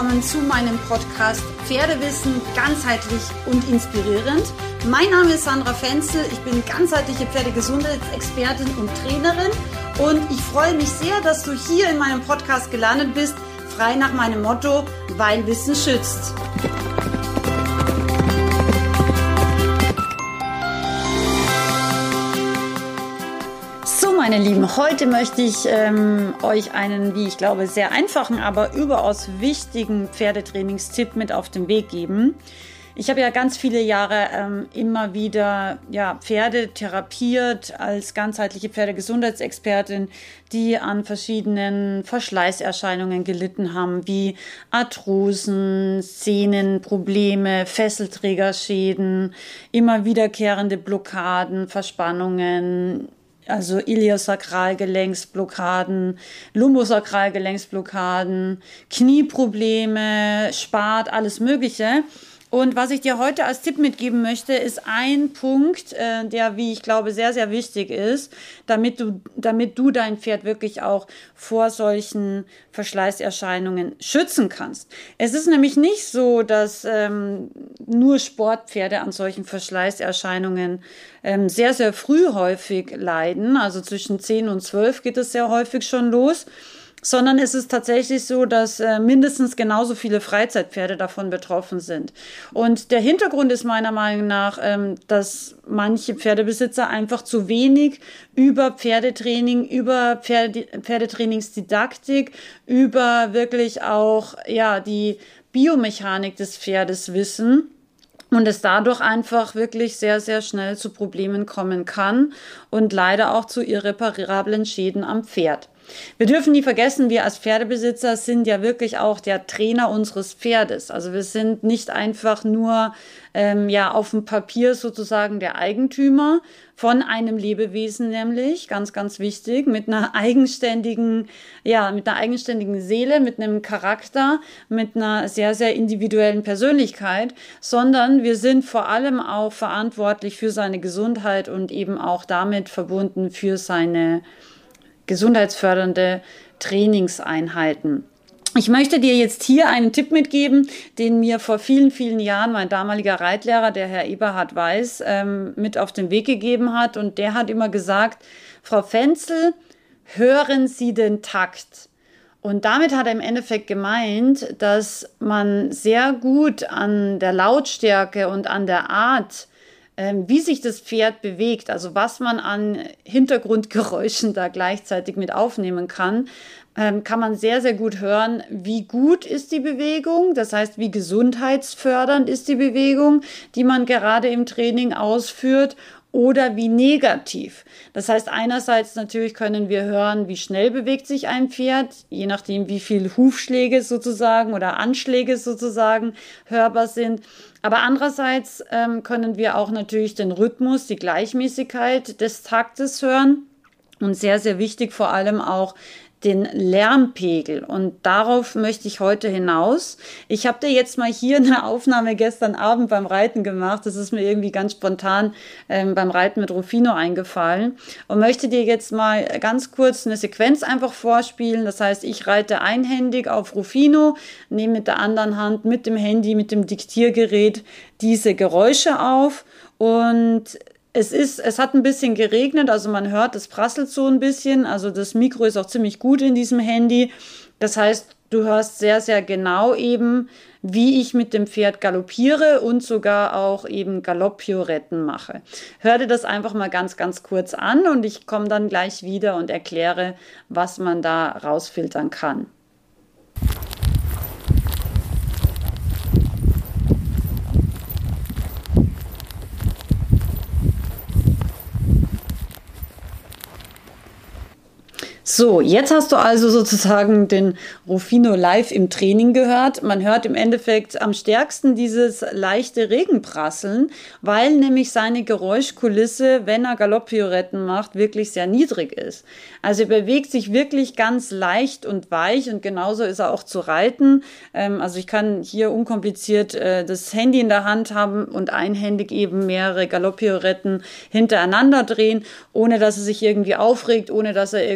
willkommen zu meinem Podcast Pferdewissen ganzheitlich und inspirierend. Mein Name ist Sandra Fenzel, ich bin ganzheitliche Pferdegesundheitsexpertin und Trainerin und ich freue mich sehr, dass du hier in meinem Podcast gelandet bist, frei nach meinem Motto, weil Wissen schützt. Meine Lieben, heute möchte ich euch einen, wie ich glaube, sehr einfachen, aber überaus wichtigen Pferdetrainingstipp mit auf den Weg geben. Ich habe ja ganz viele Jahre immer wieder Pferde therapiert als ganzheitliche Pferdegesundheitsexpertin, die an verschiedenen Verschleißerscheinungen gelitten haben, wie Arthrosen, Sehnenprobleme, Fesselträgerschäden, immer wiederkehrende Blockaden, Verspannungen, also Iliosakralgelenksblockaden, Lumbosakralgelenksblockaden, Knieprobleme, Spat, alles Mögliche. Und was ich dir heute als Tipp mitgeben möchte, ist ein Punkt, der, wie ich glaube, sehr, sehr wichtig ist, damit du dein Pferd wirklich auch vor solchen Verschleißerscheinungen schützen kannst. Es ist nämlich nicht so, dass nur Sportpferde an solchen Verschleißerscheinungen sehr, sehr früh häufig leiden. Also zwischen 10 und 12 geht es sehr häufig schon los. Sondern es ist tatsächlich so, dass mindestens genauso viele Freizeitpferde davon betroffen sind. Und der Hintergrund ist meiner Meinung nach, dass manche Pferdebesitzer einfach zu wenig über Pferdetraining, über Pferdetrainingsdidaktik, über wirklich auch die Biomechanik des Pferdes wissen. Und es dadurch einfach wirklich sehr, sehr schnell zu Problemen kommen kann und leider auch zu irreparablen Schäden am Pferd. Wir dürfen nie vergessen, wir als Pferdebesitzer sind ja wirklich auch der Trainer unseres Pferdes. Also wir sind nicht einfach nur auf dem Papier sozusagen der Eigentümer von einem Lebewesen, nämlich ganz, ganz wichtig, mit einer eigenständigen Seele, mit einem Charakter, mit einer sehr, sehr individuellen Persönlichkeit, sondern wir sind vor allem auch verantwortlich für seine Gesundheit und eben auch damit verbunden für seine gesundheitsfördernde Trainingseinheiten. Ich möchte dir jetzt hier einen Tipp mitgeben, den mir vor vielen, vielen Jahren mein damaliger Reitlehrer, der Herr Eberhard Weiß, mit auf den Weg gegeben hat. Und der hat immer gesagt, Frau Fenzel, hören Sie den Takt. Und damit hat er im Endeffekt gemeint, dass man sehr gut an der Lautstärke und an der Art, wie sich das Pferd bewegt, also was man an Hintergrundgeräuschen da gleichzeitig mit aufnehmen kann, kann man sehr, sehr gut hören, wie gut ist die Bewegung, das heißt, wie gesundheitsfördernd ist die Bewegung, die man gerade im Training ausführt, oder wie negativ. Das heißt, einerseits natürlich können wir hören, wie schnell bewegt sich ein Pferd, je nachdem, wie viel Hufschläge sozusagen oder Anschläge sozusagen hörbar sind. Aber andererseits können wir auch natürlich den Rhythmus, die Gleichmäßigkeit des Taktes hören und sehr, sehr wichtig vor allem auch den Lärmpegel. Und darauf möchte ich heute hinaus. Ich habe dir jetzt mal hier eine Aufnahme gestern Abend beim Reiten gemacht. Das ist mir irgendwie ganz spontan beim Reiten mit Rufino eingefallen und möchte dir jetzt mal ganz kurz eine Sequenz einfach vorspielen. Das heißt, ich reite einhändig auf Rufino, nehme mit der anderen Hand mit dem Handy, mit dem Diktiergerät diese Geräusche auf und es hat ein bisschen geregnet, also man hört, es prasselt so ein bisschen, also das Mikro ist auch ziemlich gut in diesem Handy. Das heißt, du hörst sehr, sehr genau eben, wie ich mit dem Pferd galoppiere und sogar auch eben Galopp-Pirouetten mache. Hör dir das einfach mal ganz, ganz kurz an und ich komme dann gleich wieder und erkläre, was man da rausfiltern kann. So, jetzt hast du also sozusagen den Rufino live im Training gehört. Man hört im Endeffekt am stärksten dieses leichte Regenprasseln, weil nämlich seine Geräuschkulisse, wenn er Galopp-Pirouetten macht, wirklich sehr niedrig ist. Also er bewegt sich wirklich ganz leicht und weich und genauso ist er auch zu reiten. Also ich kann hier unkompliziert das Handy in der Hand haben und einhändig eben mehrere Galopp-Pirouetten hintereinander drehen, ohne dass er sich irgendwie aufregt, ohne dass er irgendwie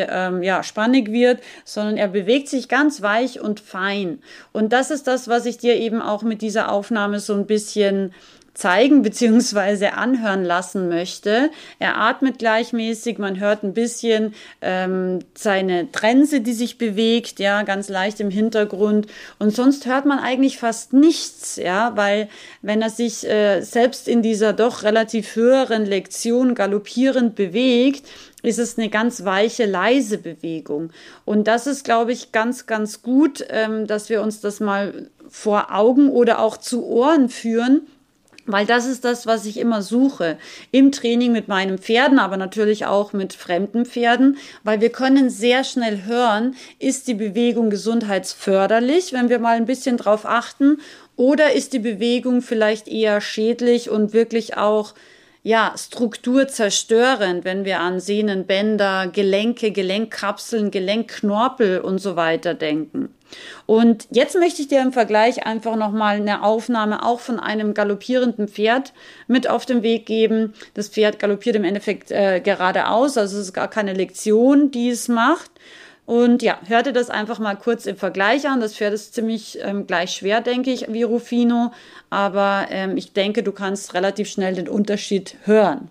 spannig wird, sondern er bewegt sich ganz weich und fein. Und das ist das, was ich dir eben auch mit dieser Aufnahme so ein bisschen zeigen bzw. anhören lassen möchte. Er atmet gleichmäßig, man hört ein bisschen seine Trense, die sich bewegt, ja, ganz leicht im Hintergrund. Und sonst hört man eigentlich fast nichts, ja, weil wenn er sich selbst in dieser doch relativ höheren Lektion galoppierend bewegt, ist es eine ganz weiche, leise Bewegung. Und das ist, glaube ich, ganz, ganz gut, dass wir uns das mal vor Augen oder auch zu Ohren führen. Weil das ist das, was ich immer suche im Training mit meinen Pferden, aber natürlich auch mit fremden Pferden, weil wir können sehr schnell hören, ist die Bewegung gesundheitsförderlich, wenn wir mal ein bisschen drauf achten, oder ist die Bewegung vielleicht eher schädlich und wirklich auch strukturzerstörend, wenn wir an Sehnenbänder, Gelenke, Gelenkkapseln, Gelenkknorpel und so weiter denken. Und jetzt möchte ich dir im Vergleich einfach nochmal eine Aufnahme auch von einem galoppierenden Pferd mit auf den Weg geben. Das Pferd galoppiert im Endeffekt geradeaus, also es ist gar keine Lektion, die es macht. Und ja, hör dir das einfach mal kurz im Vergleich an. Das Pferd ist ziemlich gleich schwer, denke ich, wie Rufino. Aber ich denke, du kannst relativ schnell den Unterschied hören.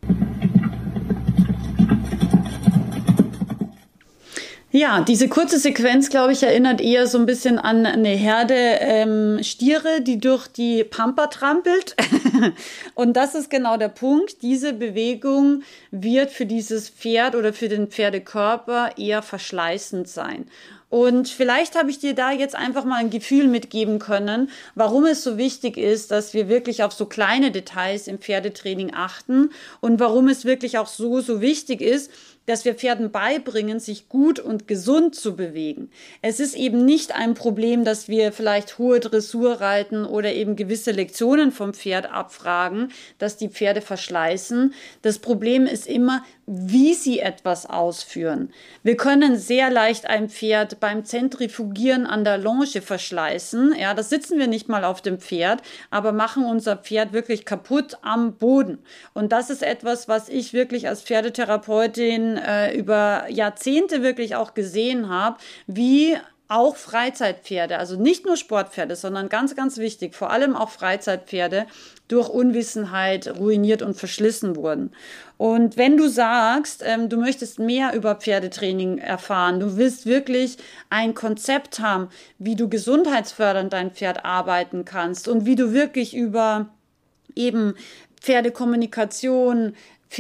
Ja, diese kurze Sequenz, glaube ich, erinnert eher so ein bisschen an eine Herde Stiere, die durch die Pampa trampelt. Und das ist genau der Punkt. Diese Bewegung wird für dieses Pferd oder für den Pferdekörper eher verschleißend sein. Und vielleicht habe ich dir da jetzt einfach mal ein Gefühl mitgeben können, warum es so wichtig ist, dass wir wirklich auf so kleine Details im Pferdetraining achten und warum es wirklich auch so wichtig ist, dass wir Pferden beibringen, sich gut und gesund zu bewegen. Es ist eben nicht ein Problem, dass wir vielleicht hohe Dressur reiten oder eben gewisse Lektionen vom Pferd abfragen, dass die Pferde verschleißen. Das Problem ist immer, wie sie etwas ausführen. Wir können sehr leicht ein Pferd beim Zentrifugieren an der Longe verschleißen. Ja, da sitzen wir nicht mal auf dem Pferd, aber machen unser Pferd wirklich kaputt am Boden. Und das ist etwas, was ich wirklich als Pferdetherapeutin über Jahrzehnte wirklich auch gesehen habe, wie auch Freizeitpferde, also nicht nur Sportpferde, sondern ganz, ganz wichtig, vor allem auch Freizeitpferde durch Unwissenheit ruiniert und verschlissen wurden. Und wenn du sagst, du möchtest mehr über Pferdetraining erfahren, du willst wirklich ein Konzept haben, wie du gesundheitsfördernd dein Pferd arbeiten kannst und wie du wirklich über eben Pferdekommunikation,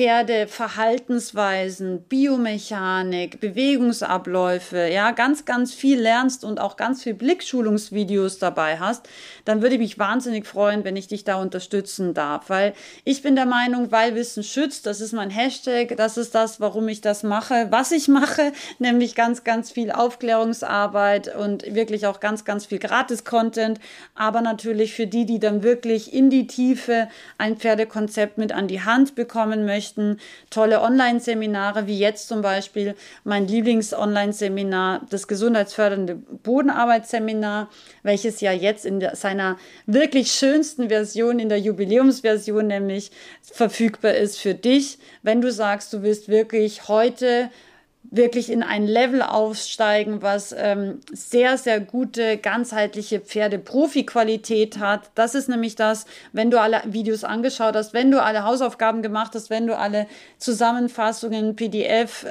Pferdeverhaltensweisen, Biomechanik, Bewegungsabläufe, ja, ganz, ganz viel lernst und auch ganz viel Blickschulungsvideos dabei hast, dann würde ich mich wahnsinnig freuen, wenn ich dich da unterstützen darf, weil ich bin der Meinung, weil Wissen schützt, das ist mein Hashtag, das ist das, warum ich das mache, was ich mache, nämlich ganz, ganz viel Aufklärungsarbeit und wirklich auch ganz, ganz viel Gratis-Content, aber natürlich für die, die dann wirklich in die Tiefe ein Pferdekonzept mit an die Hand bekommen möchten, tolle Online-Seminare, wie jetzt zum Beispiel mein Lieblings-Online-Seminar, das gesundheitsfördernde Bodenarbeitsseminar, welches ja jetzt in seiner wirklich schönsten Version, in der Jubiläumsversion nämlich, verfügbar ist für dich, wenn du sagst, du willst wirklich heute wirklich in ein Level aufsteigen, was sehr, sehr gute, ganzheitliche Pferde-Profi-Qualität hat. Das ist nämlich das, wenn du alle Videos angeschaut hast, wenn du alle Hausaufgaben gemacht hast, wenn du alle Zusammenfassungen, PDF,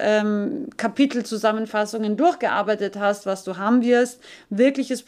Kapitelzusammenfassungen durchgearbeitet hast, was du haben wirst, wirkliches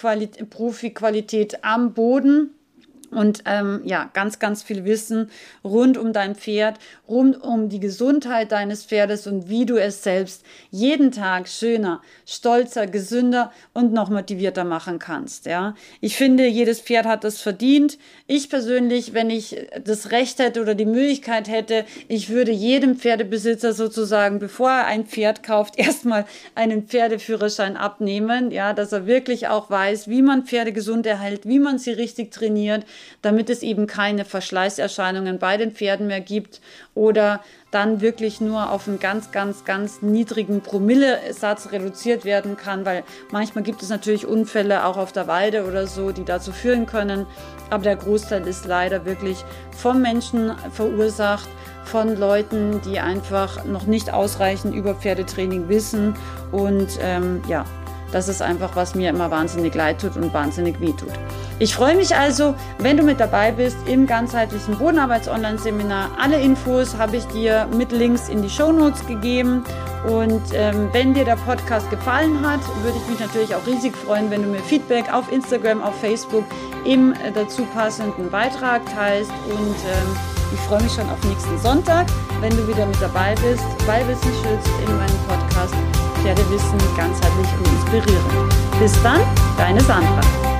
Profi-Qualität am Boden. Und ganz, ganz viel Wissen rund um dein Pferd, rund um die Gesundheit deines Pferdes und wie du es selbst jeden Tag schöner, stolzer, gesünder und noch motivierter machen kannst. Ja, ich finde, jedes Pferd hat das verdient. Ich persönlich, wenn ich das Recht hätte oder die Möglichkeit hätte, ich würde jedem Pferdebesitzer sozusagen, bevor er ein Pferd kauft, erstmal einen Pferdeführerschein abnehmen, ja, dass er wirklich auch weiß, wie man Pferde gesund erhält, wie man sie richtig trainiert, damit es eben keine Verschleißerscheinungen bei den Pferden mehr gibt oder dann wirklich nur auf einen ganz, ganz, ganz niedrigen Promillesatz reduziert werden kann, weil manchmal gibt es natürlich Unfälle auch auf der Weide oder so, die dazu führen können, aber der Großteil ist leider wirklich vom Menschen verursacht, von Leuten, die einfach noch nicht ausreichend über Pferdetraining wissen und das ist einfach, was mir immer wahnsinnig leid tut und wahnsinnig weh tut. Ich freue mich also, wenn du mit dabei bist im ganzheitlichen Bodenarbeits-Online-Seminar. Alle Infos habe ich dir mit Links in die Shownotes gegeben. Und wenn dir der Podcast gefallen hat, würde ich mich natürlich auch riesig freuen, wenn du mir Feedback auf Instagram, auf Facebook im dazu passenden Beitrag teilst. Und ich freue mich schon auf nächsten Sonntag, wenn du wieder mit dabei bist, bei Wissen schützt in meinem Podcast Pferdewissen ganzheitlich und inspirierend. Bis dann, deine Sandra.